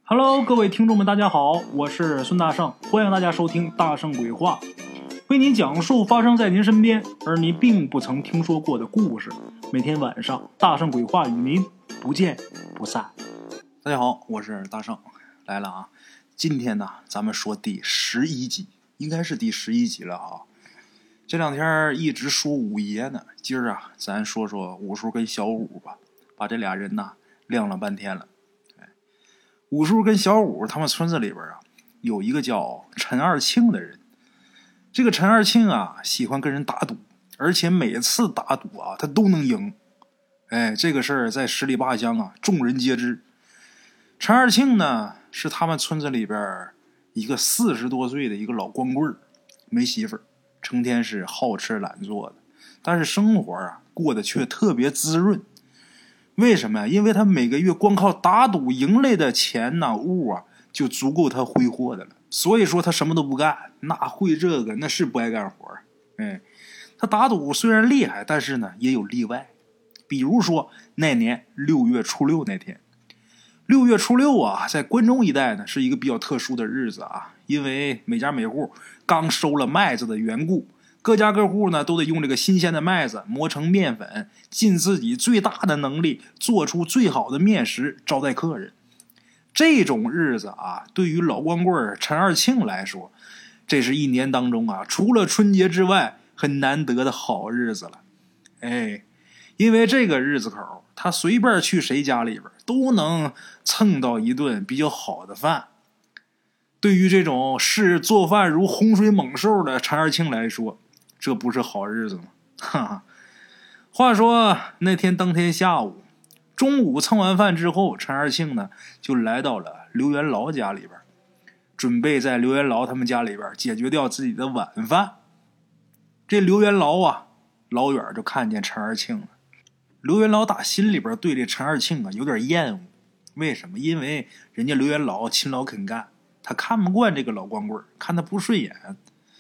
Hello， 各位听众们，大家好，我是孙大圣，欢迎大家收听大圣鬼话，为您讲述发生在您身边而您并不曾听说过的故事。每天晚上，大圣鬼话与您不见不散。 大家好，我是大圣，来了啊！今天呢，咱们说第11集，应该是第11集了啊。这两天一直说五爷呢，今儿啊，咱说说五叔跟小五吧，把这俩人呢晾了半天了。五叔跟小五他们村子里边啊，有一个叫陈二庆的人。这个陈二庆啊，喜欢跟人打赌，而且每次打赌啊，他都能赢。这个事儿在十里八乡啊，众人皆知。陈二庆呢，是他们村子里边一个40多岁的一个老光棍，没媳妇儿，成天是好吃懒做的，但是生活啊过得却特别滋润。为什么呀？因为他每个月光靠打赌赢来的钱呐物啊，就足够他挥霍的了。所以说他什么都不干，那会这个那是不爱干活。他打赌虽然厉害，但是呢也有例外。比如说那年6月初6那天，6月初6啊，在关中一带呢是一个比较特殊的日子啊，因为每家每户刚收了麦子的缘故，各家各户呢都得用这个新鲜的麦子磨成面粉，尽自己最大的能力做出最好的面食招待客人。这种日子啊，对于老光棍陈二庆来说，这是一年当中啊除了春节之外很难得的好日子了。因为这个日子口，他随便去谁家里边都能蹭到一顿比较好的饭。对于这种视做饭如洪水猛兽的陈二庆来说，这不是好日子吗？哈哈。话说那天当天下午，中午蹭完饭之后，陈二庆呢就来到了刘元老家里边，准备在刘元老他们家里边解决掉自己的晚饭。这刘元老啊，老远就看见陈二庆了。刘元老打心里边对这陈二庆啊有点厌恶。为什么？因为人家刘元老勤劳肯干，他看不惯这个老光棍，看他不顺眼。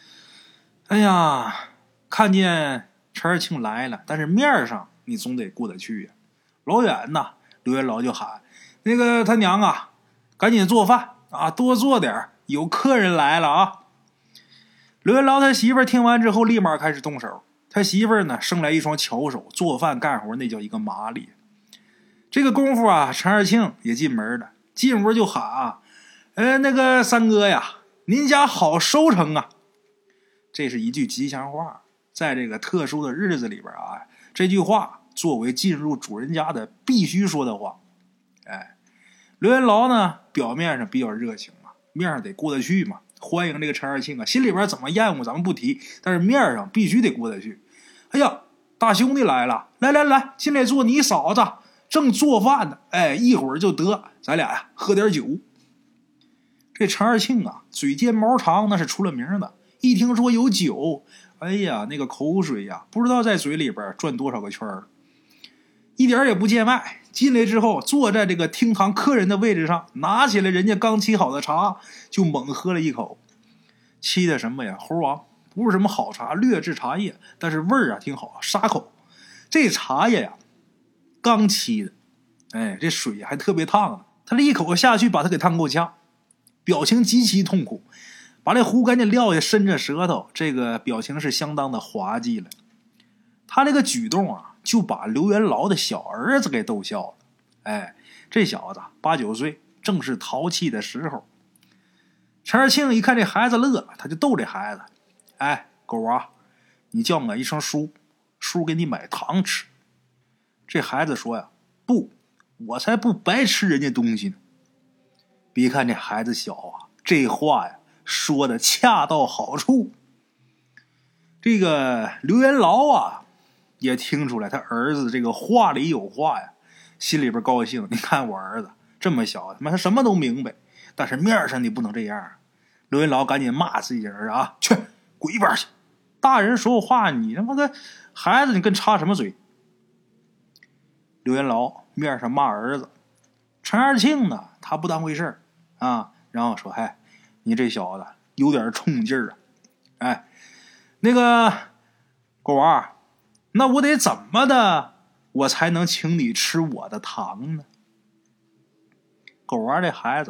看见陈二庆来了，但是面上你总得过得去呀。老远呐，刘元老就喊：“那个他娘啊，赶紧做饭啊，多做点，有客人来了啊！”刘元老他媳妇儿听完之后，立马开始动手。他媳妇儿呢，生来一双巧手，做饭干活那叫一个麻利。这个功夫啊，陈二庆也进门了，进屋就喊啊：“那个三哥呀，您家好收成啊！”这是一句吉祥话，在这个特殊的日子里边啊，这句话作为进入主人家的必须说的话。刘元劳呢，表面上比较热情嘛，面上得过得去嘛，欢迎这个陈二庆啊，心里边怎么厌恶咱们不提，但是面上必须得过得去。哎呀，大兄弟来了，来，进来坐，你嫂子正做饭呢，一会儿就得，咱俩呀喝点酒。这陈二庆啊，嘴尖毛长，那是出了名的。一听说有酒，那个口水呀，不知道在嘴里边转多少个圈儿。一点也不见外，进来之后坐在这个厅堂客人的位置上，拿起来人家刚沏好的茶，就猛喝了一口。沏的什么呀？猴王，不是什么好茶，劣质茶叶，但是味儿啊挺好，沙口。这茶叶呀，刚沏的，这水还特别烫呢。他这一口下去，把他给烫够呛，表情极其痛苦，把这壶赶紧撂下，伸着舌头，这个表情是相当的滑稽了。他这个举动啊，就把刘元劳的小儿子给逗笑了。这小子8、9岁，正是淘气的时候。陈二庆一看这孩子乐了，他就逗这孩子：“狗啊，你叫我一声叔，叔给你买糖吃。”这孩子说呀：“不，我才不白吃人家东西呢。”别看这孩子小啊，这话呀说的恰到好处。这个刘元劳啊，也听出来他儿子这个话里有话呀，心里边高兴。你看我儿子这么小，他什么都明白，但是面上你不能这样。刘元劳赶紧骂自己儿子啊，去滚一边去！大人说话，你他妈个孩子，你跟插什么嘴？刘元劳面上骂儿子，陈二庆呢，他不当回事啊，然后说：“你这小子有点冲劲儿啊！那个狗儿，那我得怎么的，我才能请你吃我的糖呢？”狗儿这孩子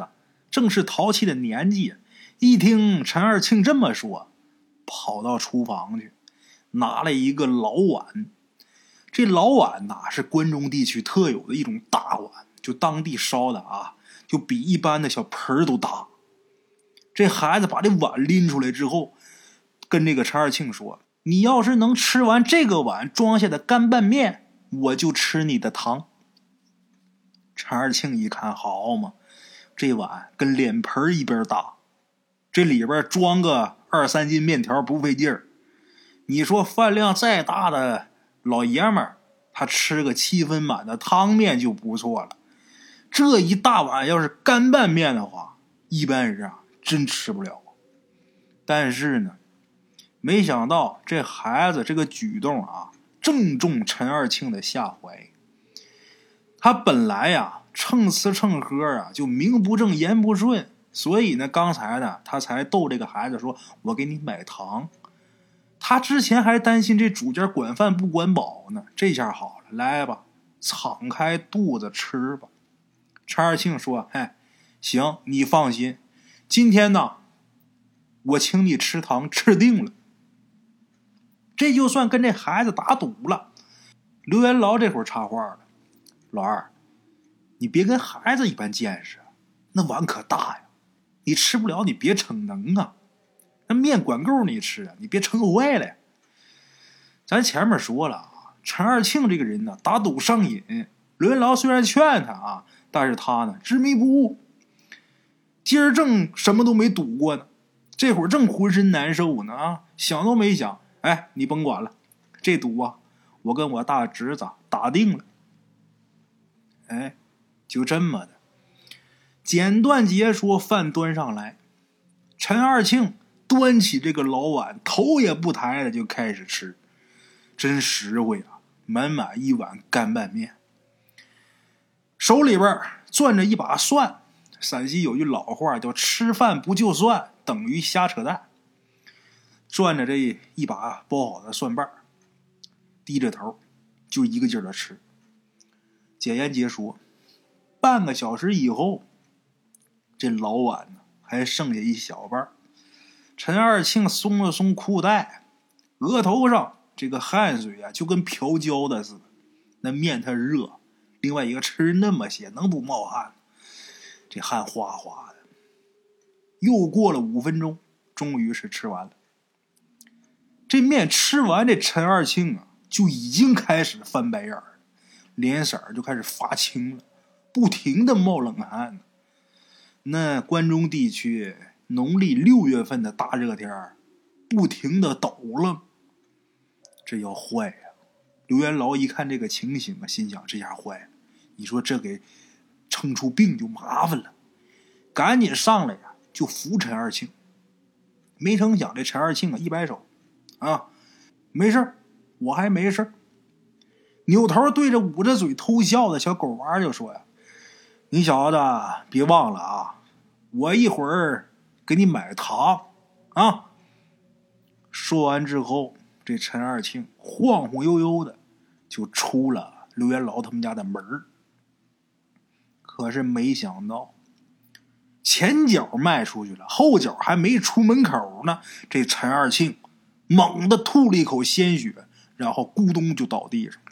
正是淘气的年纪。一听陈二庆这么说，跑到厨房去拿了一个老碗。这老碗呐，是关中地区特有的一种大碗，就当地烧的啊，就比一般的小盆都大。这孩子把这碗拎出来之后，跟这个陈二庆说，你要是能吃完这个碗装下的干拌面，我就吃你的糖。陈二庆一看，好嘛，这碗跟脸盆一边大，这里边装个2-3斤面条不费劲儿。你说饭量再大的老爷们儿，他吃个7分满的汤面就不错了。这一大碗要是干拌面的话，一般人啊真吃不了。但是呢，没想到这孩子这个举动啊，正中陈二庆的下怀。他本来呀蹭吃蹭喝啊，就名不正言不顺，所以呢，刚才呢他才逗这个孩子说：“我给你买糖。”他之前还担心这主家管饭不管饱呢，这下好了，来吧，敞开肚子吃吧。陈二庆说：“哎，行，你放心，今天呢，我请你吃糖吃定了。”这就算跟这孩子打赌了。刘元老这会儿插话了：“老二，你别跟孩子一般见识，那碗可大呀，你吃不了你别逞能啊。那面管够你吃啊，你别撑坏了呀。”咱前面说了啊，陈二庆这个人呢，打赌上瘾。刘元老虽然劝他啊，但是他呢执迷不悟。今儿正什么都没赌过呢，这会儿正浑身难受呢啊，想都没想，哎，你甭管了，这赌啊，我跟我大侄子打定了。哎，就这么的，简短截说，饭端上来，陈二庆端起这个老碗，头也不抬的就开始吃，真实惠啊！满满一碗干拌面，手里边攥着一把蒜。陕西有句老话叫吃饭不就蒜，等于瞎扯淡。攥着这一把包好的蒜瓣，低着头就一个劲儿的吃。简言杰说，半个小时以后，这老碗呢还剩下一小半。陈二庆松了松裤带，额头上这个汗水啊就跟飘焦的似的。那面它热，另外一个吃那么些，能不冒汗？这汗哗哗的。又过了5分钟，终于是吃完了。这面吃完，这陈二庆啊就已经开始翻白眼了，脸色就开始发青了，不停的冒冷汗。那关中地区农历6月份的大热天，不停的抖了，这要坏呀！刘元老一看这个情形啊，心想这下坏了，你说这给撑出病就麻烦了，赶紧上来呀就扶陈二庆。没成想这陈二庆啊一摆手，啊，没事，我还没事。扭头对着捂着嘴偷笑的小狗娃就说呀：“你小子别忘了啊，我一会儿给你买糖啊。”说完之后，这陈二庆晃晃悠悠的就出了刘元老他们家的门。可是没想到，前脚迈出去了，后脚还没出门口呢，这陈二庆猛地吐了一口鲜血，然后咕咚就倒地上了。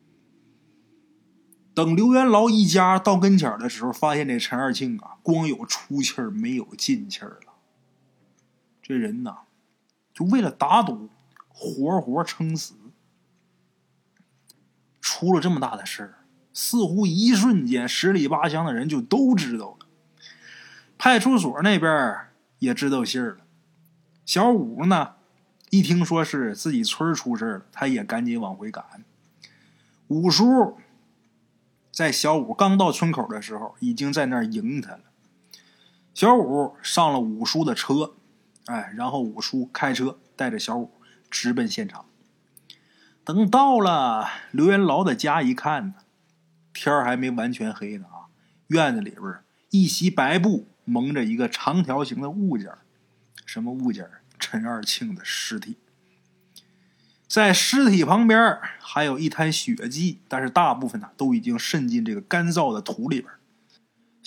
等刘元老一家到跟前的时候，发现这陈二庆啊，光有出气儿没有进气儿了。这人呐，就为了打赌，活活撑死。出了这么大的事儿，似乎一瞬间十里八乡的人就都知道了。派出所那边也知道信儿了。小五呢，一听说是自己村出事了，他也赶紧往回赶。五叔在小五刚到村口的时候，已经在那儿迎他了。小五上了五叔的车，然后五叔开车带着小五直奔现场。等到了刘元老的家一看呢，天儿还没完全黑呢啊，院子里边一袭白布蒙着一个长条形的物件。什么物件？陈二庆的尸体。在尸体旁边还有一滩血迹，但是大部分呢都已经渗进这个干燥的土里边。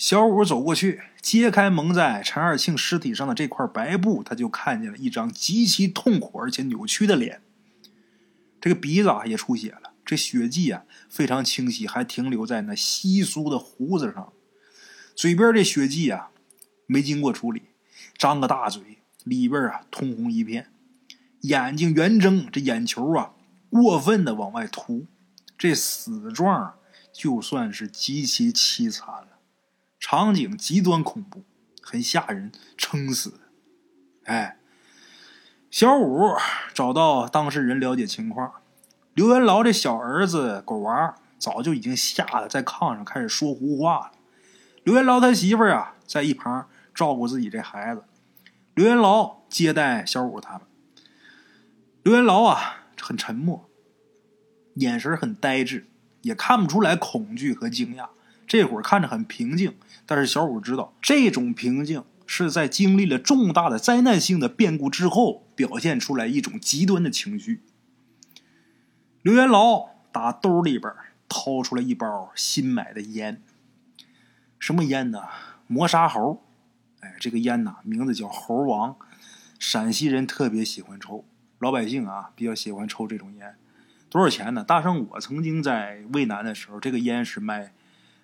小五走过去，揭开蒙在陈二庆尸体上的这块白布，他就看见了一张极其痛苦而且扭曲的脸。这个鼻子也出血了，这血迹非常清晰，还停留在那稀疏的胡子上。嘴边这血迹没经过处理，张个大嘴，里边通红一片，眼睛圆睁，这眼球过分的往外凸，这死状就算是极其凄惨了，场景极端恐怖，很吓人，撑死的。小五找到当事人了解情况，刘元老这小儿子狗娃早就已经吓得在炕上开始说胡话了。刘元老他媳妇在一旁照顾自己这孩子，刘元老接待小五他们。刘元老很沉默，眼神很呆滞，也看不出来恐惧和惊讶，这会儿看着很平静，但是小五知道这种平静是在经历了重大的灾难性的变故之后表现出来一种极端的情绪。刘元老打兜里边掏出来一包新买的烟。什么烟呢？磨砂猴。这个烟名字叫猴王，陕西人特别喜欢抽，老百姓比较喜欢抽这种烟。多少钱呢？大圣我曾经在渭南的时候，这个烟是卖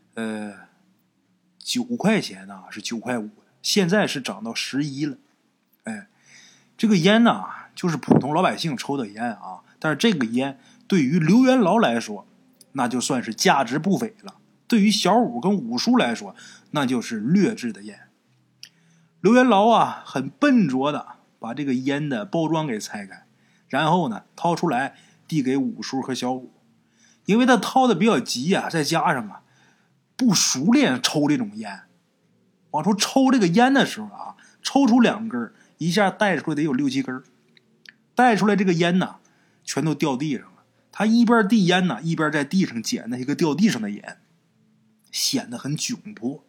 9块钱是9块5，现在是涨到11了。这个烟就是普通老百姓抽的烟但是这个烟对于刘元老来说那就算是价值不菲了，对于小五跟五叔来说那就是劣质的烟。刘元老很笨拙的把这个烟的包装给拆开，然后呢掏出来递给五叔和小五。因为他掏的比较急再加上不熟练抽这种烟，往出抽这个烟的时候抽出2根，一下带出来得有6、7根，带出来这个烟全都掉地上了。他一边递烟一边在地上捡那一个掉地上的烟，显得很窘迫。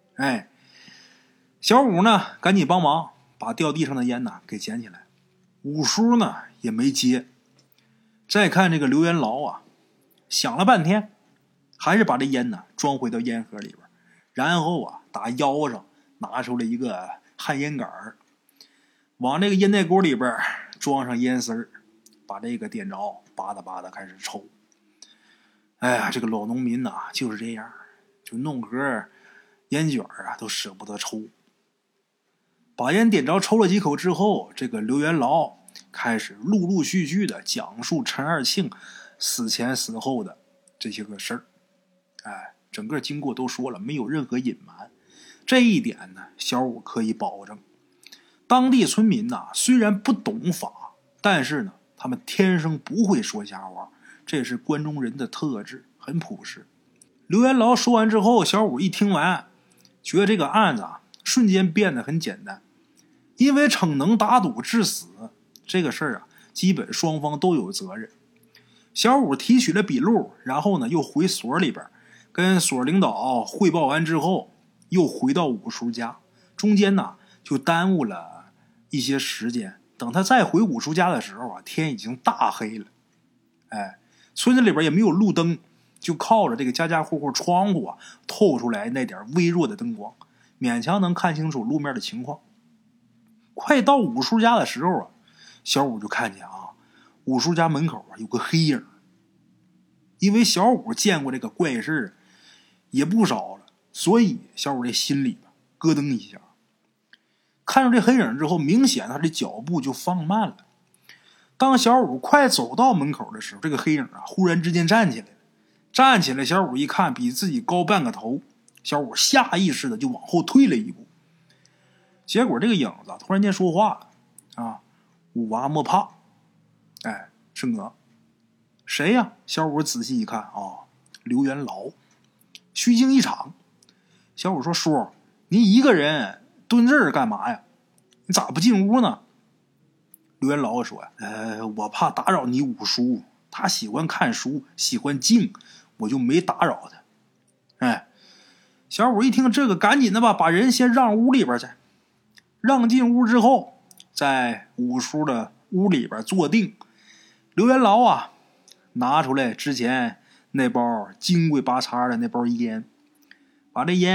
小五呢赶紧帮忙把掉地上的烟给捡起来，五叔呢也没接。再看这个刘元老想了半天，还是把这烟装回到烟盒里边，然后打腰上拿出了一个旱烟杆，往这个烟袋锅里边装上烟丝儿，把这个点着，吧嗒吧嗒开始抽。这个老农民就是这样，就弄盒烟卷都舍不得抽。把烟点着，抽了几口之后，这个刘元老开始陆陆续续的讲述陈二庆死前死后的这些个事儿。整个经过都说了，没有任何隐瞒。这一点呢，小五可以保证。当地村民虽然不懂法，但是呢，他们天生不会说瞎话，这是关中人的特质，很朴实。刘元老说完之后，小五一听完，觉得这个案子瞬间变得很简单。因为逞能打赌致死这个事儿基本双方都有责任。小五提取了笔录，然后呢又回所里边跟所领导汇报完之后，又回到五叔家，中间就耽误了一些时间。等他再回五叔家的时候天已经大黑了。村子里边也没有路灯，就靠着这个家家户户窗户透出来那点微弱的灯光，勉强能看清楚路面的情况。快到五叔家的时候小五就看见五叔家门口有个黑影。因为小五见过这个怪事也不少了，所以小五这心里咯噔一下。看到这黑影之后，明显他的脚步就放慢了。当小五快走到门口的时候，这个黑影忽然之间站起来了。站起来，小五一看比自己高半个头，小五下意识的就往后退了一步。结果这个影子突然间说话了五娃莫怕，是我。谁呀？小五仔细一看刘元老。虚惊一场。小五说：叔，您一个人蹲这儿干嘛呀？你咋不进屋呢？刘元老说：我怕打扰你五叔，他喜欢看书，喜欢静，我就没打扰他。小五一听这个，赶紧的把人先让屋里边去。让进屋之后，在五叔的屋里边坐定。刘元老拿出来之前那包金贵八叉的那包烟，把这烟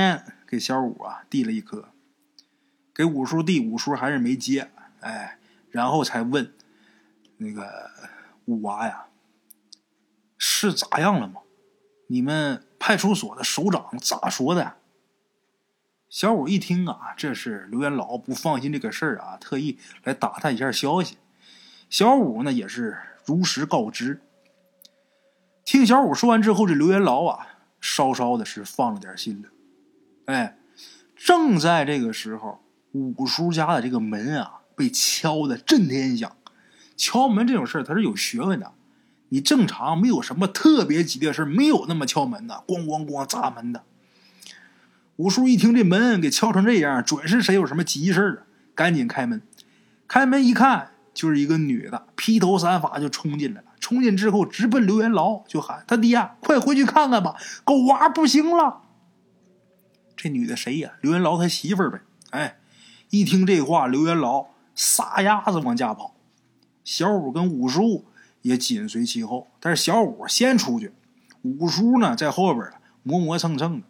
给小五啊递了一颗，给五叔递，五叔还是没接，然后才问那个五娃呀，是咋样了吗？你们派出所的首长咋说的？小五一听啊，这是刘元老不放心这个事儿啊，特意来打探一下消息。小五呢也是如实告知。听小五说完之后，这刘元老啊稍稍的是放了点心了。正在这个时候，五叔家的这个门啊被敲得震天响。敲门这种事儿它是有学问的，你正常没有什么特别急的事，没有那么敲门的，咣咣咣砸门的。五叔一听这门给敲成这样，准是谁有什么急事啊，赶紧开门。开门一看，就是一个女的，披头散发就冲进来了。冲进之后直奔刘元老就喊：“他爹，快回去看看吧，狗娃不行了。”这女的谁呀？刘元老他媳妇儿呗。一听这话，刘元老撒丫子往家跑。小五跟五叔也紧随其后，但是小五先出去，五叔呢在后边磨磨蹭蹭的。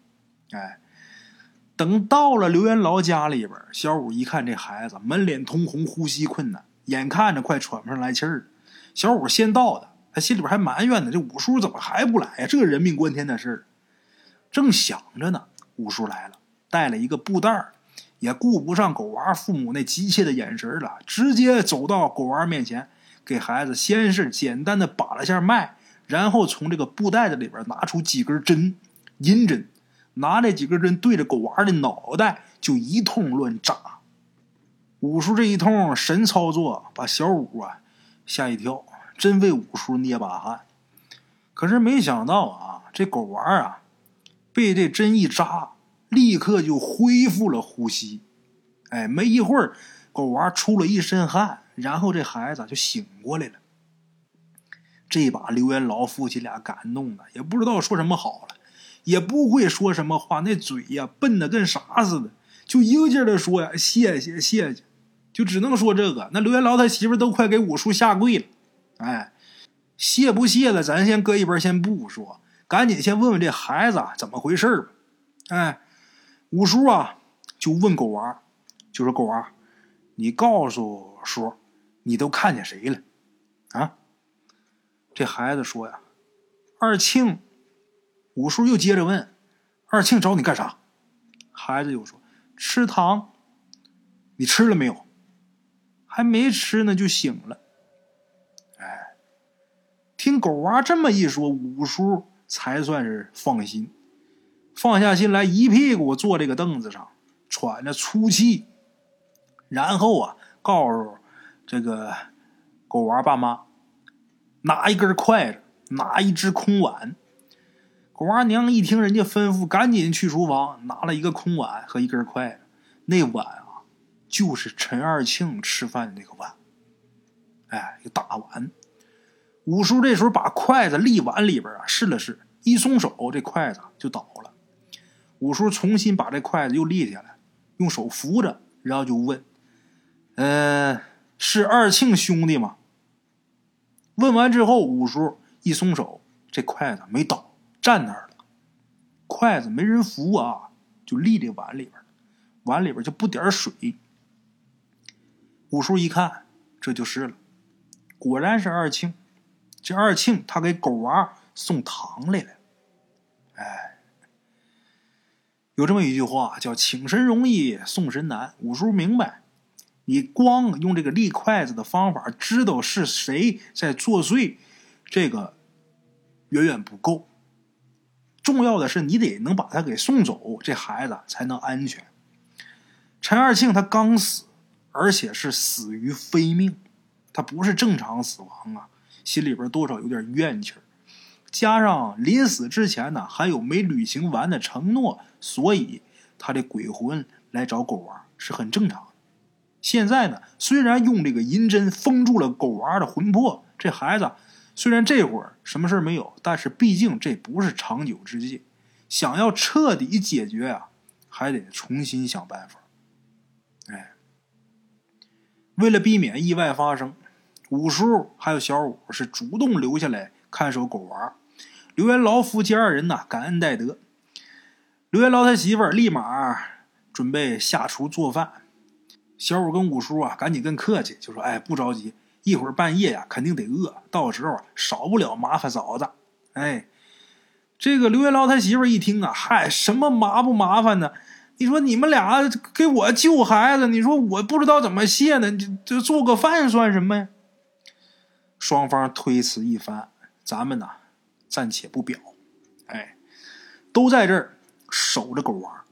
等到了刘元老家里边，小五一看这孩子满脸通红，呼吸困难，眼看着快喘不上来气儿。小五先到的，他心里边还埋怨呢，这五叔怎么还不来呀？这人命关天的事儿。正想着呢，五叔来了，带了一个布袋，也顾不上狗娃父母那急切的眼神了，直接走到狗娃面前，给孩子先是简单的把了下脉，然后从这个布袋子里边拿出几根针，银针，拿这几根针对着狗娃的脑袋就一通乱扎。五叔这一通神操作把小五啊吓一跳，真为五叔捏把汗。可是没想到啊，这狗娃啊被这针一扎，立刻就恢复了呼吸。没一会儿狗娃出了一身汗，然后这孩子就醒过来了。这把刘元老夫妻俩感动的也不知道说什么好了，也不会说什么话，那嘴呀笨得跟啥似的，就一个劲儿的说呀谢谢谢谢，就只能说这个。那刘元老他媳妇都快给五叔下跪了。谢不谢的咱先搁一边先不说，赶紧先问问这孩子怎么回事吧。五叔啊就问狗娃，就说狗娃，你告诉叔，你都看见谁了啊？这孩子说呀，二庆。五叔又接着问，二庆找你干啥？孩子又说，吃糖。你吃了没有？还没吃呢就醒了。听狗娃这么一说，五叔才算是放心，放下心来，一屁股坐这个凳子上，喘着粗气，然后啊告诉这个狗娃爸妈，拿一根筷子，拿一只空碗。狗娃娘一听人家吩咐，赶紧去厨房拿了一个空碗和一根筷子。那碗啊就是陈二庆吃饭的那个碗，一个大碗。五叔这时候把筷子立碗里边啊试了试，一松手这筷子就倒了。五叔重新把这筷子又立下来，用手扶着，然后就问，是二庆兄弟吗？问完之后，五叔一松手，这筷子没倒，站那儿了。筷子没人扶啊，就立这碗里边，碗里边就不点水。五叔一看，这就是了，果然是二庆。这二庆他给狗娃送糖来了。有这么一句话叫请神容易送神难。五叔明白，你光用这个立筷子的方法知道是谁在作祟，这个远远不够，重要的是你得能把他给送走，这孩子才能安全。陈二庆他刚死，而且是死于非命，他不是正常死亡啊，心里边多少有点怨气儿，加上临死之前呢还有没履行完的承诺，所以他的鬼魂来找狗娃是很正常的。现在呢虽然用这个银针封住了狗娃的魂魄，这孩子虽然这会儿什么事没有，但是毕竟这不是长久之计，想要彻底解决啊还得重新想办法。为了避免意外发生，五叔还有小五是主动留下来看守狗娃。刘元老夫妻二人感恩戴德。 刘元老他媳妇儿立马准备下厨做饭。小五跟五叔啊赶紧跟客气，就说哎，不着急，一会儿半夜呀肯定得饿，到时候少不了麻烦嫂子。哎，这个刘元老他媳妇儿一听啊，嗨，什么麻不麻烦呢？你说你们俩给我救孩子，你说我不知道怎么谢呢，这做个饭算什么呀？双方推辞一番，咱们呢暂且不表。哎，都在这儿守着狗娃。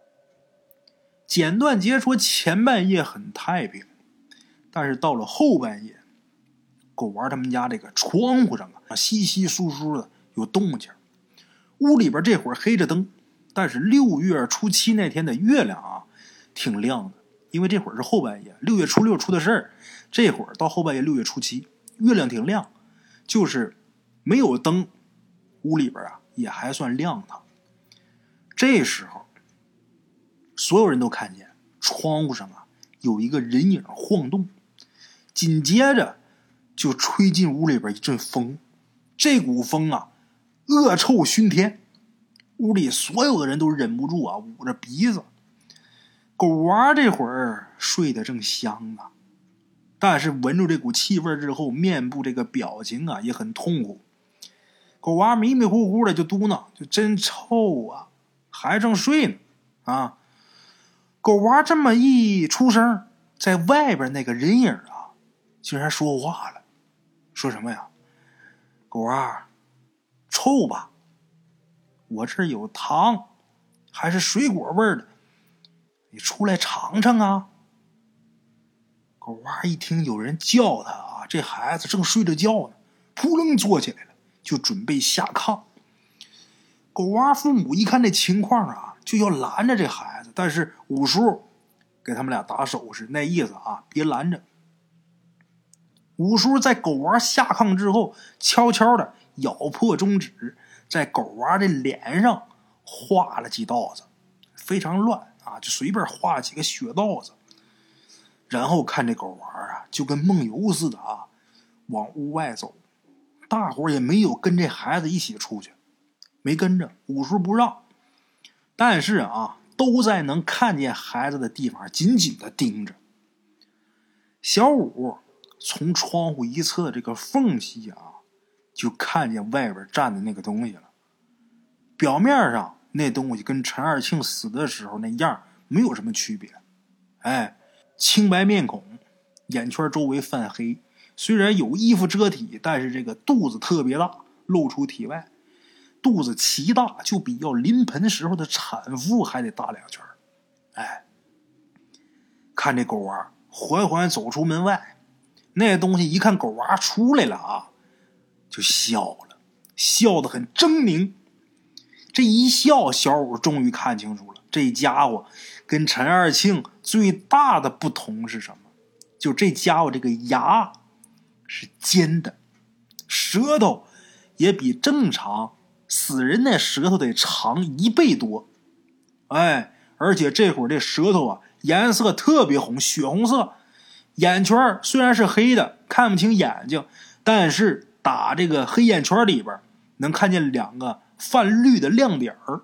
简短截说，前半夜很太平，但是到了后半夜，狗娃他们家这个窗户上啊，稀稀疏疏的有动静。屋里边这会儿黑着灯，但是6月初7那天的月亮啊，挺亮的。因为这会儿是后半夜，6月初6出的事儿，这会儿到后半夜6月初7，月亮挺亮，就是没有灯，屋里边啊也还算亮堂。这时候，所有人都看见窗户上啊有一个人影晃动，紧接着就吹进屋里边一阵风，这股风啊恶臭熏天，屋里所有的人都忍不住啊捂着鼻子。狗娃这会儿睡得正香啊，但是闻着这股气味之后，面部这个表情啊也很痛苦。狗娃迷迷糊糊的就嘟囔，就真臭啊，还正睡呢啊。狗娃这么一出声，在外边那个人影啊竟然说话了。说什么呀？狗娃，臭吧？我这儿有糖，还是水果味的，你出来尝尝啊。狗娃一听有人叫他啊，这孩子正睡着觉呢，扑棱坐起来了，就准备下炕。狗娃父母一看这情况啊，就要拦着这孩子，但是五叔给他们俩打手势，那意思啊，别拦着。五叔在狗娃下炕之后，悄悄的咬破中指，在狗娃的脸上画了几道子，非常乱啊，就随便画了几个血道子。然后看这狗娃啊，就跟梦游似的啊，往屋外走。大伙儿也没有跟这孩子一起出去，没跟着，五叔不让。但是啊，都在能看见孩子的地方紧紧的盯着。小五从窗户一侧这个缝隙啊，就看见外边站的那个东西了。表面上那东西跟陈二庆死的时候那样没有什么区别，哎，青白面孔，眼圈周围泛黑，虽然有衣服遮体，但是这个肚子特别大，露出体外。肚子奇大，就比要临盆时候的产妇还得大2圈。哎，看这狗娃缓缓走出门外，那东西一看狗娃出来了啊，就笑了，笑得很狰狞。这一笑，小五终于看清楚了，这家伙跟陈二庆最大的不同是什么？就这家伙这个牙是尖的，舌头也比正常死人那舌头得长1倍多。哎，而且这会儿这舌头啊颜色特别红，血红色，眼圈虽然是黑的，看不清眼睛，但是打这个黑眼圈里边能看见2个泛绿的亮点儿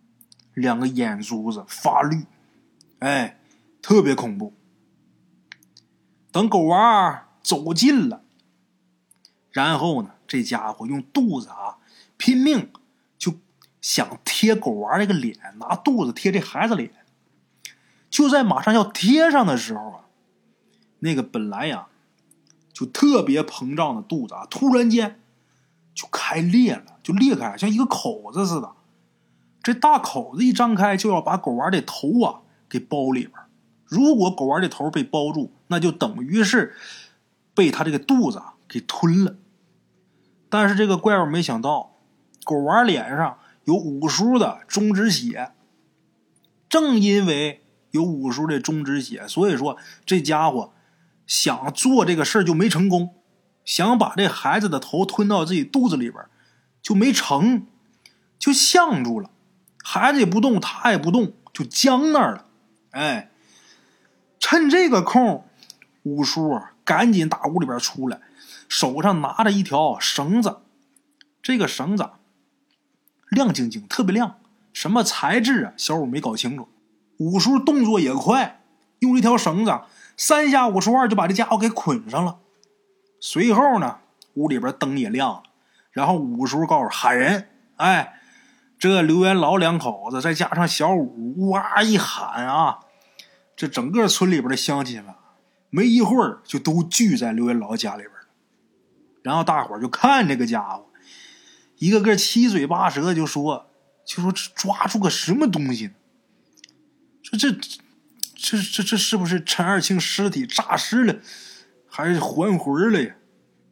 ，2个眼珠子发绿，哎，特别恐怖。等狗娃走近了，然后呢，这家伙用肚子啊拼命就想贴狗娃这个脸，拿肚子贴这孩子脸。就在马上要贴上的时候啊，那个本来呀就特别膨胀的肚子啊，突然间就开裂了，就裂开了，像一个口子似的。这大口子一张开，就要把狗娃的头啊给包里边。如果狗娃的头被包住，那就等于是被他这个肚子啊给吞了。但是这个怪物没想到，狗娃脸上有五叔的中指血，正因为有五叔的中指血，所以说这家伙想做这个事儿就没成功，想把这孩子的头吞到自己肚子里边就没成，就呛住了。孩子也不动，他也不动，就僵那儿了。哎，趁这个空，五叔啊赶紧打屋里边出来，手上拿着一条绳子，这个绳子亮晶晶，特别亮， 什么材质啊，小五没搞清楚。五叔动作也快，用一条绳子3下5除2就把这家伙给捆上了。随后呢，屋里边灯也亮了，然后五叔告诉喊人，哎，这刘元老两口子再加上小五，哇一喊啊，这整个村里边的乡亲们没一会儿就都聚在刘元老家里边了。然后大伙儿就看这个家伙，一个个七嘴八舌就说这抓住个什么东西呢？说这是不是陈二庆尸体诈尸了，还是还魂了呀？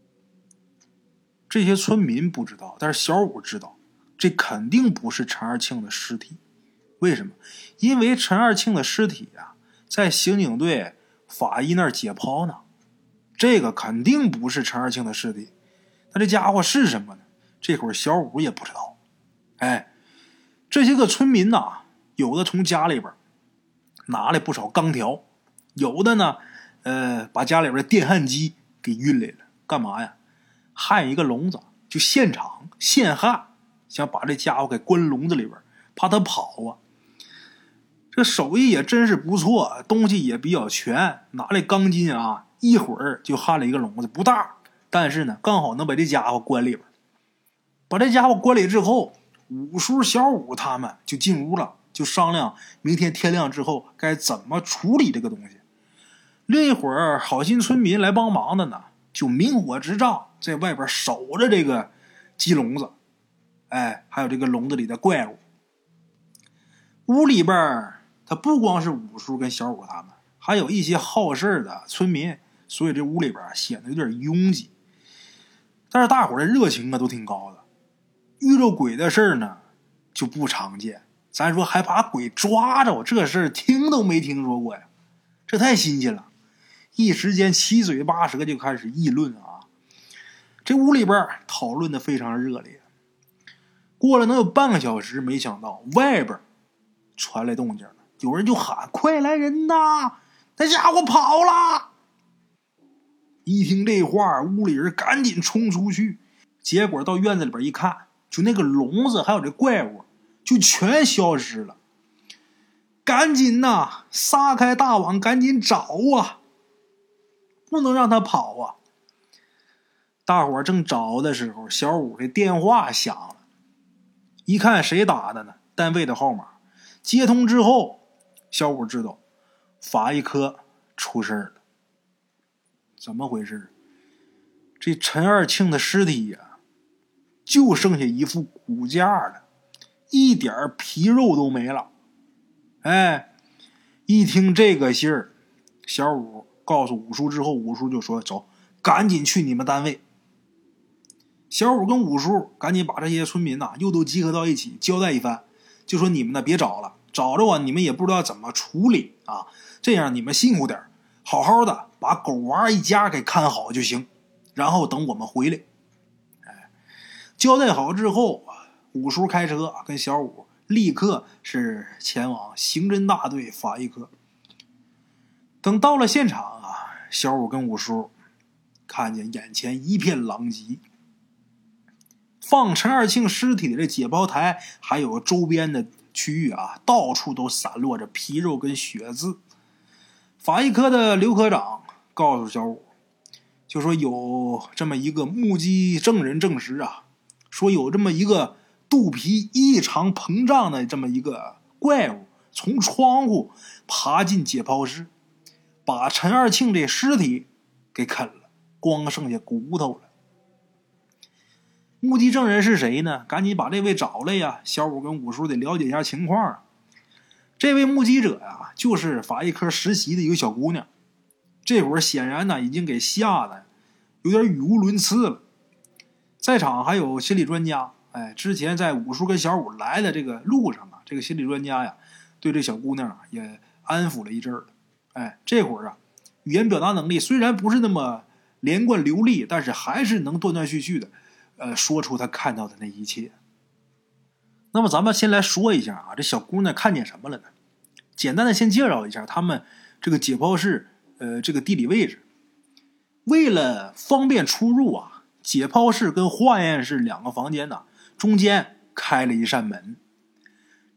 这些村民不知道，但是小五知道，这肯定不是陈二庆的尸体。为什么？因为陈二庆的尸体啊，在刑警队法医那儿解剖呢，这个肯定不是陈二庆的尸体。那这家伙是什么呢？这会儿小五也不知道。哎，这些个村民呐，有的从家里边拿来不少钢条，有的呢，把家里边的电焊机给运来了，干嘛呀？焊一个笼子，就现场现焊，想把这家伙给关笼子里边，怕他跑啊。这手艺也真是不错，东西也比较全，拿来钢筋啊，一会儿就焊了一个笼子，不大，但是呢，刚好能把这家伙关里边。把这家伙关里之后，五叔、小五他们就进屋了，就商量明天天亮之后该怎么处理这个东西。另一会儿，好心村民来帮忙的呢，就明火执仗，在外边守着这个鸡笼子，哎，还有这个笼子里的怪物。屋里边他不光是五叔跟小五他们，还有一些好事的村民，所以这屋里边显得有点拥挤。但是大伙儿的热情啊都挺高的。遇着鬼的事儿呢就不常见，咱说还把鬼抓着，这事儿听都没听说过呀，这太新鲜了。一时间七嘴八舌就开始议论啊，这屋里边讨论的非常热烈。过了能有半个小时，没想到外边传来动静了，有人就喊：“快来人呐！那家伙跑了！”一听这话，屋里人赶紧冲出去，结果到院子里边一看，就那个笼子还有这怪物就全消失了。赶紧呐，撒开大网，赶紧找啊，不能让他跑啊。大伙正找的时候，小五这电话响了，一看谁打的呢？单位的号码。接通之后，小五知道法医科出事了。怎么回事？这陈二庆的尸体呀，就剩下一副骨架了，一点皮肉都没了。哎，一听这个信儿，小五告诉五叔之后，五叔就说：“走，赶紧去你们单位。”小五跟五叔赶紧把这些村民呐又都集合到一起，交代一番，就说：“你们呢别找了，找着我你们也不知道怎么处理啊，这样你们辛苦点，好好的把狗娃一家给看好就行，然后等我们回来。”哎，交代好之后，五叔开车跟小五立刻是前往刑侦大队法医科。等到了现场啊，小五跟五叔看见眼前一片狼藉，放陈二庆尸体的这解剖台还有周边的区域啊，到处都散落着皮肉跟血渍。法医科的刘科长告诉小五，就说有这么一个目击证人证实啊，说有这么一个肚皮异常膨胀的这么一个怪物从窗户爬进解剖室，把陈二庆这尸体给啃了，光剩下骨头了。目击证人是谁呢？赶紧把这位找来呀！小五跟五叔得了解一下情况啊。这位目击者呀，就是法医科实习的一个小姑娘。这会儿显然呢，已经给吓得有点语无伦次了。在场还有心理专家，哎，之前在五叔跟小五来的这个路上啊，这个心理专家呀，对这小姑娘啊也安抚了一阵儿了。哎，这会儿啊，语言表达能力虽然不是那么连贯流利，但是还是能断断续续的，说出他看到的那一切。那么咱们先来说一下啊，这小姑娘看见什么了呢？简单的先介绍一下他们这个解剖室，这个地理位置。为了方便出入啊，解剖室跟化验室两个房间呢，中间开了一扇门。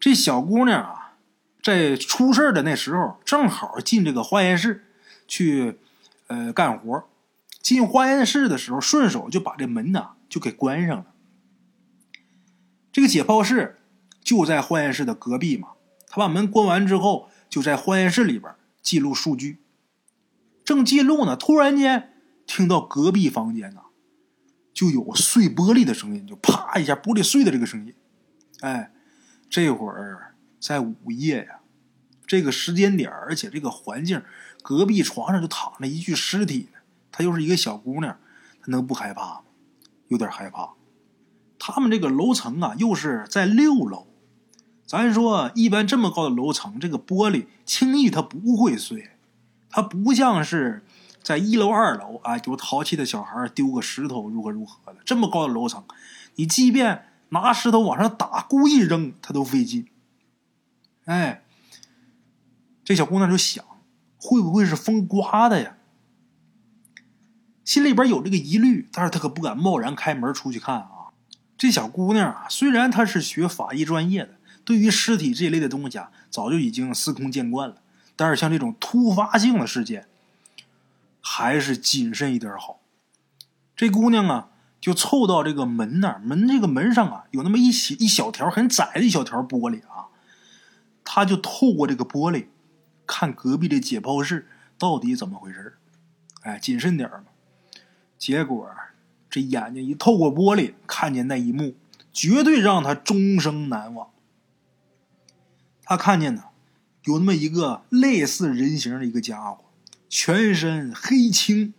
这小姑娘啊，在出事的那时候，正好进这个化验室去干活。进化验室的时候，顺手就把这门呢就给关上了。这个解剖室就在化验室的隔壁嘛，他把门关完之后，就在化验室里边记录数据。正记录呢，突然间听到隔壁房间呢就有碎玻璃的声音，就啪一下玻璃碎的这个声音。哎，这会儿在午夜呀，这个时间点，而且这个环境，隔壁床上就躺着一具尸体呢。她又是一个小姑娘，她能不害怕吗？有点害怕。他们这个楼层啊，又是在6楼。咱说，一般这么高的楼层，这个玻璃轻易它不会碎，它不像是在1楼、2楼啊，有淘气的小孩丢个石头如何如何的。这么高的楼层，你即便拿石头往上打，故意扔，它都费劲。哎，这小姑娘就想，会不会是风刮的呀？心里边有这个疑虑，但是她可不敢贸然开门出去看啊。这小姑娘啊，虽然她是学法医专业的，对于尸体这一类的东西啊，早就已经司空见惯了，但是像这种突发性的事件，还是谨慎一点好。这姑娘啊，就凑到这个门那儿，这个门上啊，有那么一小条很窄的一小条玻璃啊，她就透过这个玻璃看隔壁这解剖室到底怎么回事。哎，谨慎点嘛。结果这眼睛一透过玻璃看见那一幕，绝对让他终生难忘。他看见呢，有那么一个类似人形的一个家伙，全身黑青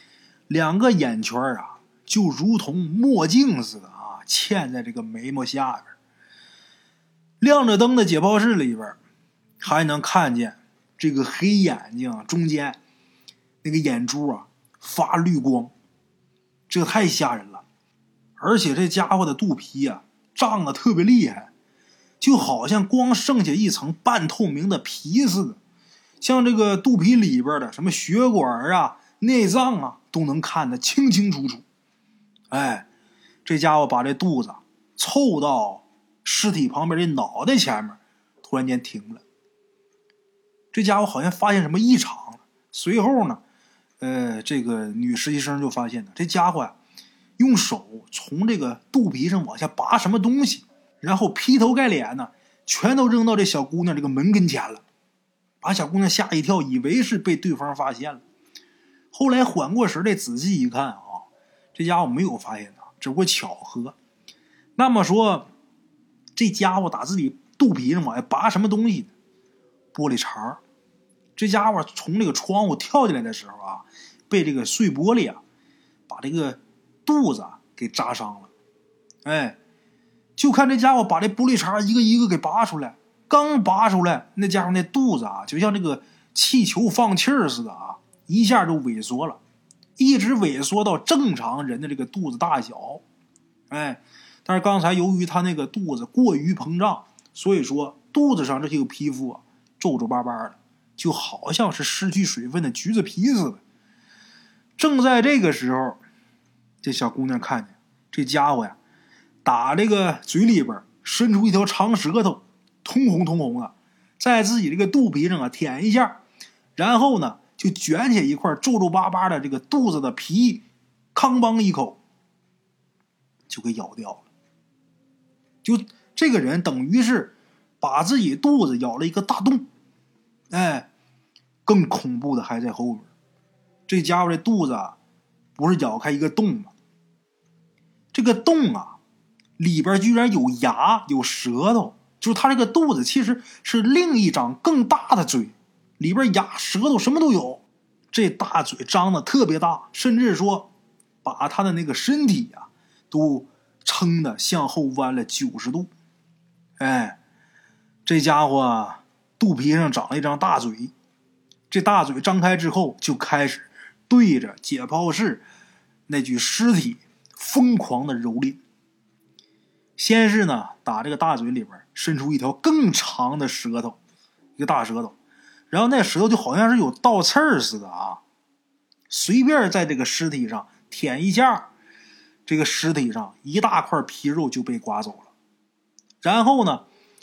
，2个眼圈啊就如同墨镜似的啊，嵌在这个眉毛下边。亮着灯的解剖室里边，还能看见这个黑眼睛中间那个眼珠啊发绿光，这太吓人了。而且这家伙的肚皮啊胀得特别厉害，就好像光剩下一层半透明的皮似的，像这个肚皮里边的什么血管啊、内脏啊都能看得清清楚楚。哎，这家伙把这肚子凑到尸体旁边的脑袋前面，突然间停了。这家伙好像发现什么异常了。随后呢，这个女实习生就发现了，这家伙呀，用手从这个肚皮上往下拔什么东西，然后劈头盖脸呢，全都扔到这小姑娘这个门跟前了，把小姑娘吓一跳，以为是被对方发现了。后来缓过神来，仔细一看啊，这家伙没有发现他，只不过巧合。那么说，这家伙打自己肚皮上往下拔什么东西呢？玻璃碴。这家伙从这个窗户跳进来的时候啊，被这个碎玻璃啊把这个肚子给扎伤了。哎，就看这家伙把这玻璃碴一个一个给拔出来，刚拔出来，那家伙那肚子啊就像这个气球放气儿似的啊，一下就萎缩了，一直萎缩到正常人的这个肚子大小。哎，但是刚才由于他那个肚子过于膨胀，所以说肚子上这些个皮肤啊皱皱巴巴的，就好像是失去水分的橘子皮似的。正在这个时候，这小姑娘看见这家伙呀，打这个嘴里边伸出一条长舌头，通红通红的，在自己这个肚皮上啊舔一下，然后呢就卷起一块皱皱巴巴的这个肚子的皮，康邦一口就给咬掉了。就这个人等于是把自己肚子咬了一个大洞。哎，更恐怖的还在后边。这家伙的肚子啊，不是咬开一个洞吗？这个洞啊，里边居然有牙有舌头，就是他这个肚子其实是另一张更大的嘴，里边牙舌头什么都有。这大嘴张得特别大，甚至说把他的那个身体啊都撑得向后弯了90度。哎，这家伙肚皮上长了一张大嘴，这大嘴张开之后就开始对着解剖室那具尸体疯狂的蹂躏。先是呢打这个大嘴里边伸出一条更长的舌头，一个大舌头，然后那舌头就好像是有倒刺儿似的啊，随便在这个尸体上舔一下，这个尸体上一大块皮肉就被刮走了。然后呢，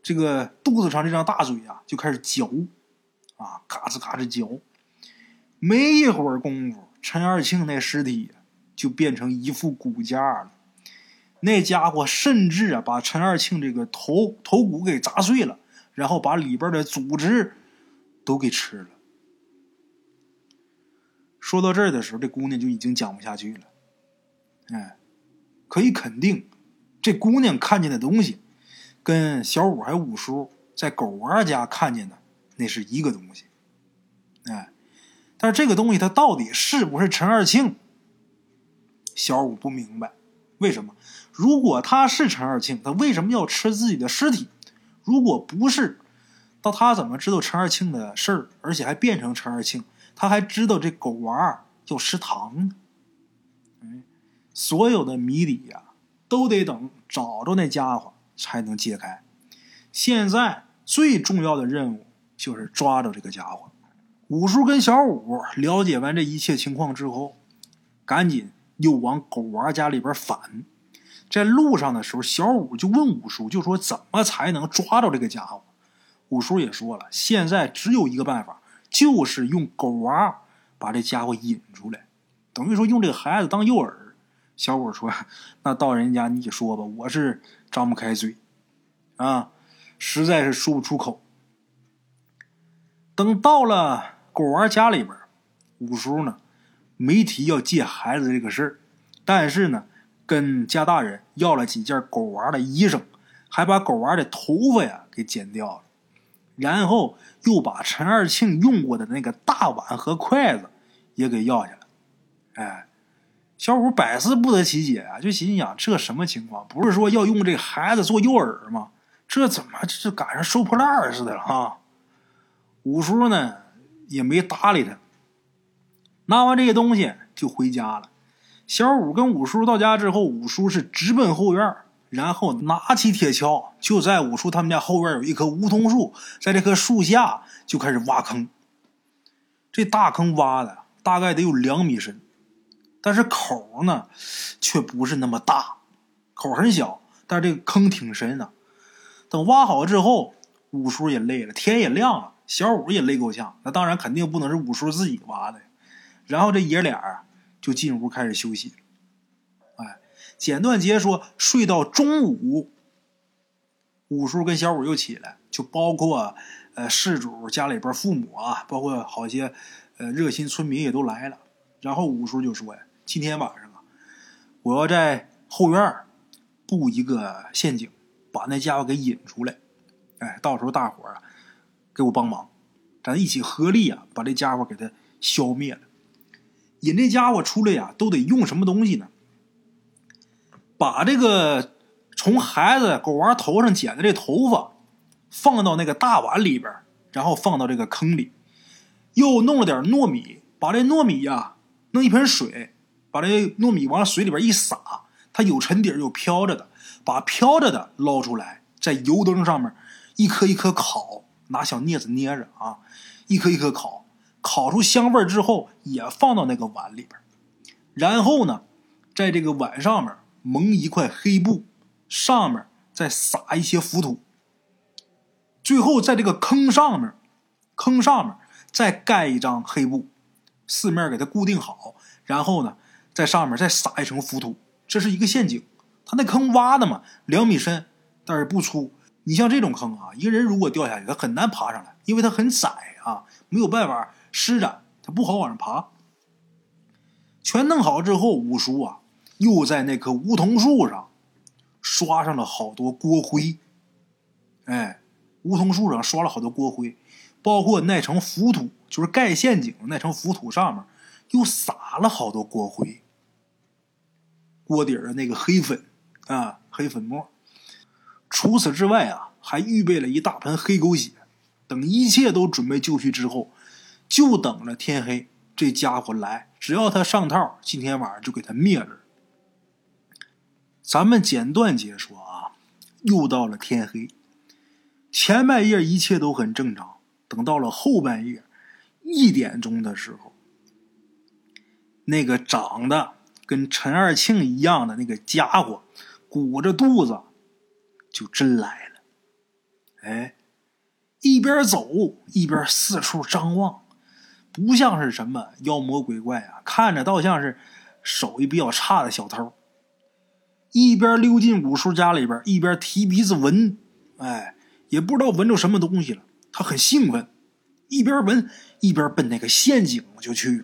这个肚子上这张大嘴啊就开始嚼啊，嘎吱嘎吱嚼。没一会儿功夫，陈二庆那尸体就变成一副骨架了。那家伙甚至啊把陈二庆这个头骨给砸碎了，然后把里边的组织都给吃了。说到这儿的时候，这姑娘就已经讲不下去了。可以肯定，这姑娘看见的东西，跟小五还有五叔在狗娃家看见的那是一个东西。但是这个东西它到底是不是陈二庆，小五不明白。为什么？如果他是陈二庆，他为什么要吃自己的尸体？如果不是，那他怎么知道陈二庆的事儿，而且还变成陈二庆？他还知道这狗娃要吃糖呢？所有的谜底呀，都得等找着那家伙才能揭开。现在最重要的任务就是抓着这个家伙。五叔跟小五了解完这一切情况之后，赶紧又往狗娃家里边返。在路上的时候，小五就问五叔，就说怎么才能抓着这个家伙？五叔也说了，现在只有一个办法，就是用狗娃把这家伙引出来，等于说用这个孩子当诱饵。小五说，那到人家你说吧，我是张不开嘴啊，实在是说不出口。等到了狗娃家里边，五叔呢没提要借孩子这个事儿，但是呢跟家大人要了几件狗娃的衣裳，还把狗娃的头发呀给剪掉了，然后又把陈二庆用过的那个大碗和筷子也给要下来。小五百思不得其解啊，就心想这什么情况？不是说要用这个孩子做诱饵吗？这怎么这赶上收破烂似的了啊？五叔呢也没搭理他，拿完这些东西就回家了。小五跟五叔到家之后，五叔是直奔后院，然后拿起铁锹，就在五叔他们家后院有一棵梧桐树，在这棵树下就开始挖坑。这大坑挖的大概得有2米深，但是口呢却不是那么大，口很小，但是这个坑挺深的。等挖好之后，五叔也累了，天也亮了，小五也累够呛，那当然肯定不能是五叔自己挖的。然后这爷俩就进屋开始休息。简短截说，睡到中午，五叔跟小五又起来，就包括事主家里边父母啊，包括好些热心村民也都来了。然后五叔就说呀，今天晚上啊，我要在后院布一个陷阱，把那家伙给引出来。到时候大伙啊给我帮忙，咱一起合力啊把这家伙给他消灭了。引这家伙出来呀，都得用什么东西呢？把这个从孩子狗娃头上剪的这头发放到那个大碗里边，然后放到这个坑里，又弄了点糯米，把这糯米呀弄一盆水，把这糯米往水里边一撒，它有沉底有飘着的，把飘着的捞出来，在油灯上面一颗一颗烤，拿小镊子捏着啊，一颗一颗烤，烤出香味之后也放到那个碗里边，然后呢在这个碗上面蒙一块黑布，上面再撒一些浮土，最后在这个坑上面再盖一张黑布，四面给它固定好，然后呢在上面再撒一层浮土。这是一个陷阱，它那坑挖的嘛2米深，但是不粗。你像这种坑啊，一个人如果掉下去他很难爬上来，因为它很窄啊，没有办法施展，它不好往上爬。全弄好之后，五叔啊又在那棵梧桐树上刷上了好多锅灰。梧桐树上刷了好多锅灰，包括那层浮土，就是盖陷阱的那层浮土上面又撒了好多锅灰，锅底的那个黑粉啊，黑粉末。除此之外啊，还预备了一大盆黑狗血。等一切都准备就绪之后，就等了天黑，这家伙来，只要他上套，今天晚上就给他灭了。咱们简短解说啊，又到了天黑。前半夜一切都很正常，等到了后半夜1点钟的时候，那个长得跟陈二庆一样的那个家伙鼓着肚子就真来了。 哎，一边走一边四处张望，不像是什么妖魔鬼怪啊，看着倒像是手艺比较差的小偷。一边溜进五叔家里边，一边提鼻子闻，哎，也不知道闻着什么东西了，他很兴奋，一边闻一边奔那个陷阱就去了。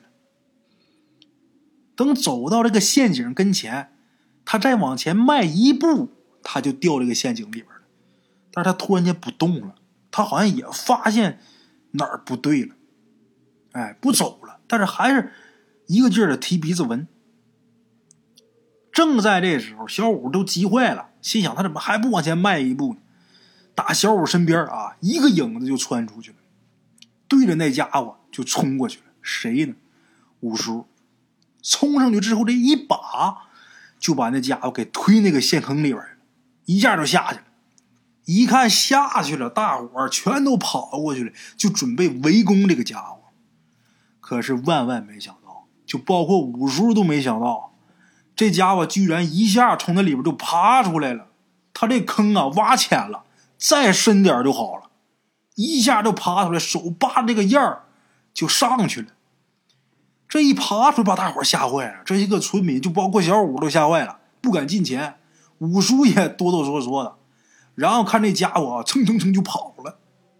等走到这个陷阱跟前，他再往前迈一步，他就掉这个陷阱里边了。但是他突然间不动了，他好像也发现哪儿不对了，哎，不走了，但是还是一个劲儿的提鼻子闻。正在这时候，小五都急坏了，心想他怎么还不往前迈一步呢？打小五身边啊，一个影子就窜出去了，对着那家伙就冲过去了。谁呢？五叔。冲上去之后，这一把就把那家伙给推那个陷坑里边了，一下就下去了。一看下去了，大伙全都跑过去了，就准备围攻这个家伙。可是万万没想到，就包括五叔都没想到，这家伙居然一下从那里边就爬出来了。他这坑啊挖浅了，再深点就好了，一下就爬出来，手扒着这个样儿就上去了。这一爬出把大伙吓坏了，这些个村民就包括小五都吓坏了，不敢近前。五叔也哆哆嗦嗦的，然后看这家伙蹭蹭蹭就跑了。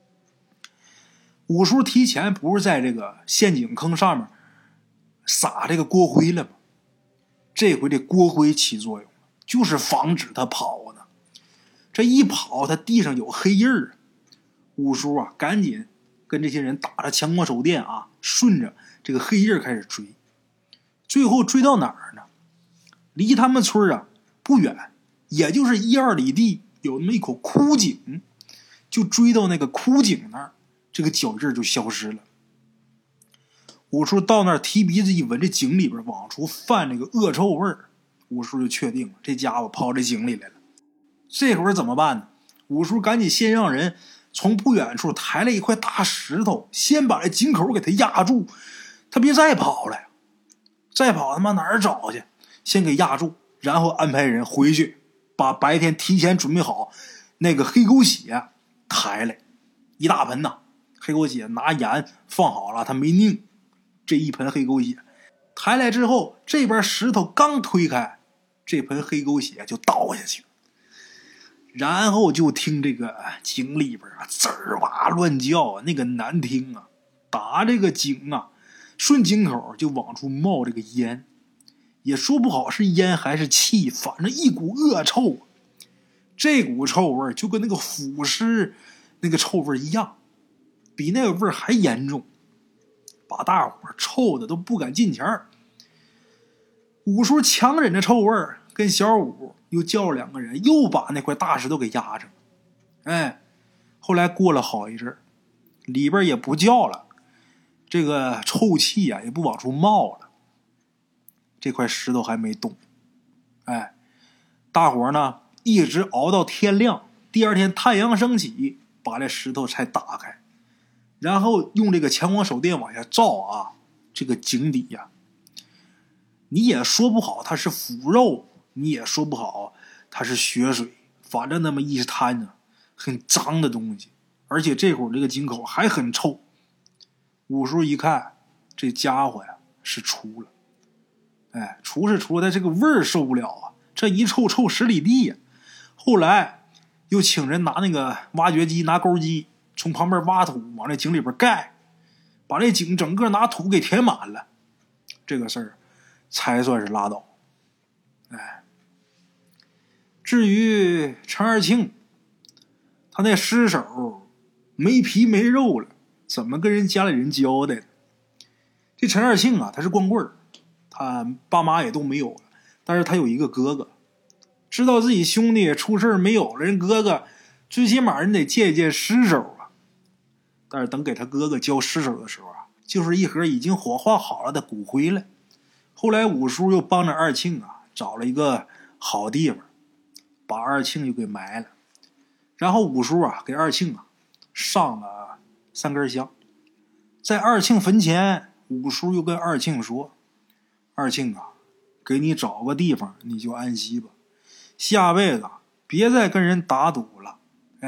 五叔提前不是在这个陷阱坑上面撒这个锅灰了吗？这回这锅灰起作用了，就是防止他跑呢。这一跑，他地上有黑印儿。五叔啊，赶紧跟这些人打着强光手电啊，顺着这个黑印开始追。最后追到哪儿呢？离他们村啊不远，也就是1-2里地，有那么一口枯井。就追到那个枯井那儿，这个脚印就消失了。五叔到那儿提鼻子一闻，这井里边往出泛这个恶臭味儿，五叔就确定了这家伙跑这井里来了。这会儿怎么办呢？五叔赶紧先让人从不远处抬了一块大石头，先把这井口给他压住，他别再跑了呀，再跑他妈哪儿找去？先给压住，然后安排人回去把白天提前准备好那个黑狗血抬来一大盆呐。黑狗血拿盐放好了，他没拧，这一盆黑狗血抬来之后，这边石头刚推开，这盆黑狗血就倒下去了。然后就听这个井里边啊滋儿哇乱叫，那个难听啊。打这个井啊，顺井口就往出冒这个烟，也说不好是烟还是气，反正一股恶臭。这股臭味就跟那个腐尸那个臭味一样，比那个味儿还严重，把大伙臭的都不敢近前儿。五叔强忍着臭味儿，跟小五又叫了2个人，又把那块大石头给压着。哎，后来过了好一阵，里边也不叫了，这个臭气啊也不往出冒了，这块石头还没动。哎，大伙呢一直熬到天亮，第2天太阳升起，把这石头才打开，然后用这个强光手电往下照啊，这个井底呀，你也说不好它是腐肉，你也说不好它是血水，反正那么一滩呢，很脏的东西，而且这会儿这个井口还很臭。五叔一看，这家伙呀是出了，哎，出是出了，但这个味儿受不了啊，这一臭臭10里地呀。后来又请人拿那个挖掘机，拿钩机从旁边挖土往这井里边盖，把这井整个拿土给填满了，这个事儿才算是拉倒。哎，至于陈二庆，他那尸首没皮没肉了，怎么跟人家里人交代呢？这陈二庆啊，他是光棍儿，他爸妈也都没有了，但是他有一个哥哥，知道自己兄弟出事没有了，人哥哥最起码人得见一见尸首啊。但是等给他哥哥交尸首的时候啊，就是一盒已经火化好了的骨灰了。后来五叔又帮着二庆啊找了一个好地方，把二庆又给埋了。然后五叔啊给二庆啊上了3根香，在二庆坟前，五叔又跟二庆说：“二庆啊，给你找个地方你就安息吧，下辈子别再跟人打赌了，哎，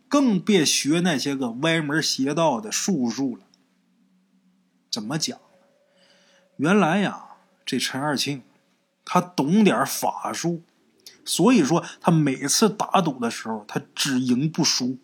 更别学那些个歪门邪道的术数了。怎么讲？原来呀，这陈二庆他懂点法术，所以说他每次打赌的时候，他只赢不输。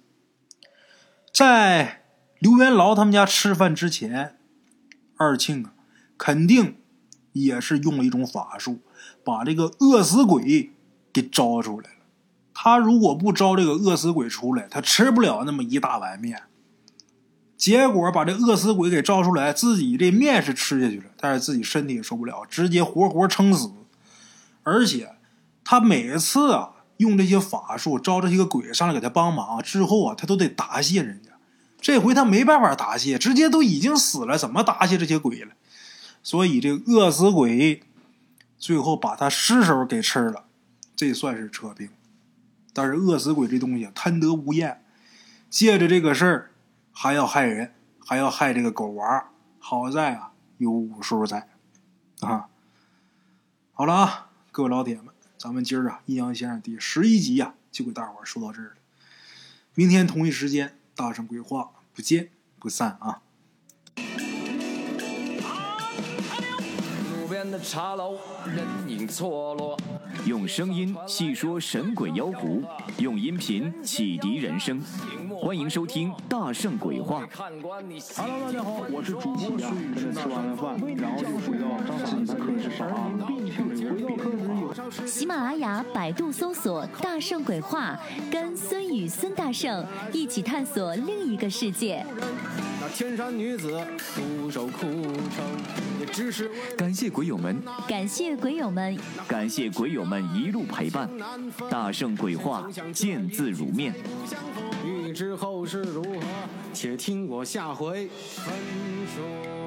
在刘元老他们家吃饭之前，二庆啊，肯定也是用了一种法术，把这个饿死鬼给招出来了。他如果不招这个饿死鬼出来，他吃不了那么一大碗面。结果把这饿死鬼给招出来，自己这面是吃下去了，但是自己身体也受不了，直接活活撑死。而且他每次啊用这些法术招这些个鬼上来给他帮忙之后啊，他都得答谢人家。这回他没办法答谢，直接都已经死了，怎么答谢这些鬼了？所以这个饿死鬼最后把他尸首给吃了，这算是扯平。但是饿死鬼这东西贪得无厌，借着这个事儿还要害人，还要害这个狗娃。好在啊有武叔在啊。好了啊，各位老铁们，咱们今儿啊阴阳先生第11集啊就给大伙儿说到这儿了。明天同一时间大圣鬼话不见不散啊。 路边的茶楼，人影错落。 用声音细说神鬼妖狐，用音频启迪人生。欢迎收听《大圣鬼话》。 Hello， 大家好，我是主播孙宇。吃完了饭，然后就回到自己的课室上啊，并且回到课室有喜马拉雅、百度搜索“大圣鬼话”，跟孙宇、孙大圣一起探索另一个世界。 那天山女子独守枯城，也只是感谢鬼友们， 感谢鬼友们， 感谢鬼友们一路陪伴。大圣鬼话，见字如面。 欲知后事如何，且听我下回分说。